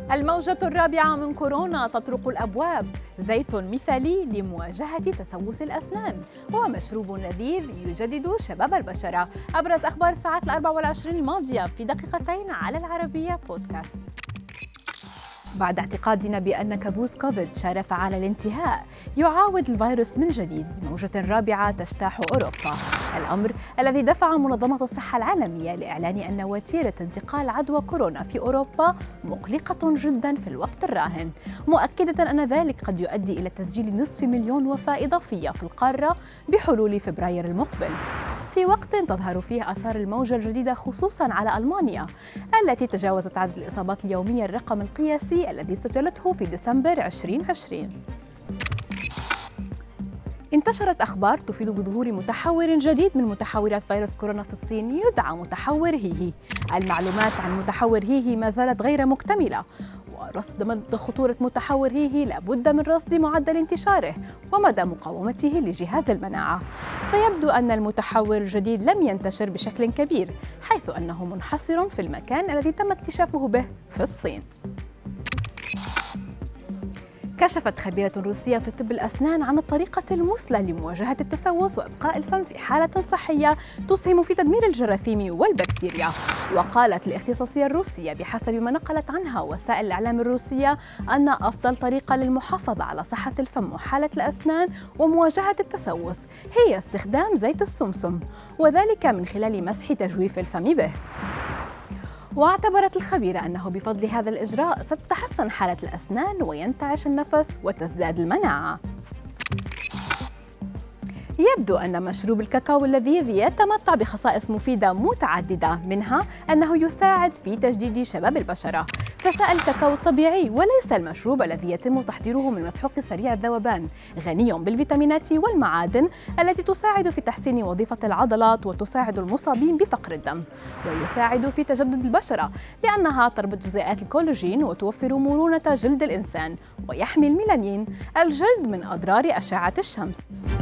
الموجة الرابعة من كورونا تطرق الأبواب، زيت مثالي لمواجهة تسوس الأسنان، ومشروب لذيذ يجدد شباب البشرة. أبرز أخبار الساعات 24 الماضية في دقيقتين على العربية بودكاست. بعد اعتقادنا بأن كابوس كوفيد شارف على الانتهاء، يعاود الفيروس من جديد بموجة رابعة تجتاح أوروبا، الأمر الذي دفع منظمة الصحة العالمية لإعلان أن وتيرة انتقال عدوى كورونا في أوروبا مقلقة جدا في الوقت الراهن، مؤكدة أن ذلك قد يؤدي إلى تسجيل نصف مليون وفاة إضافية في القارة بحلول فبراير المقبل، في وقت تظهر فيه آثار الموجة الجديدة خصوصاً على ألمانيا التي تجاوزت عدد الإصابات اليومية الرقم القياسي الذي سجلته في ديسمبر 2020. انتشرت أخبار تفيد بظهور متحور جديد من متحورات فيروس كورونا في الصين يدعى متحور هيهي. المعلومات عن متحور هيهي ما زالت غير مكتملة، ورصد مدى خطورة متحور هيهي لابد من رصد معدل انتشاره ومدى مقاومته لجهاز المناعة، فيبدو أن المتحور الجديد لم ينتشر بشكل كبير، حيث أنه منحصر في المكان الذي تم اكتشافه به في الصين. كشفت خبيرة روسية في طب الأسنان عن الطريقة المثلى لمواجهة التسوس وإبقاء الفم في حالة صحية تسهم في تدمير الجراثيم والبكتيريا. وقالت الاختصاصية الروسية بحسب ما نقلت عنها وسائل الإعلام الروسية أن أفضل طريقة للمحافظة على صحة الفم وحالة الأسنان ومواجهة التسوس هي استخدام زيت السمسم، وذلك من خلال مسح تجويف الفم به. واعتبرت الخبيرة أنه بفضل هذا الإجراء ستتحسن حالة الأسنان وينتعش النفس وتزداد المناعة. يبدو أن مشروب الكاكاو اللذيذ يتمتع بخصائص مفيدة متعددة، منها أنه يساعد في تجديد شباب البشرة، فسائل الكاكاو الطبيعي وليس المشروب الذي يتم تحضيره من مسحوق سريع الذوبان، غني بالفيتامينات والمعادن التي تساعد في تحسين وظيفة العضلات وتساعد المصابين بفقر الدم، ويساعد في تجدد البشرة لأنها تربط جزيئات الكولاجين وتوفر مرونة جلد الإنسان، ويحمي الميلانين الجلد من أضرار أشعة الشمس.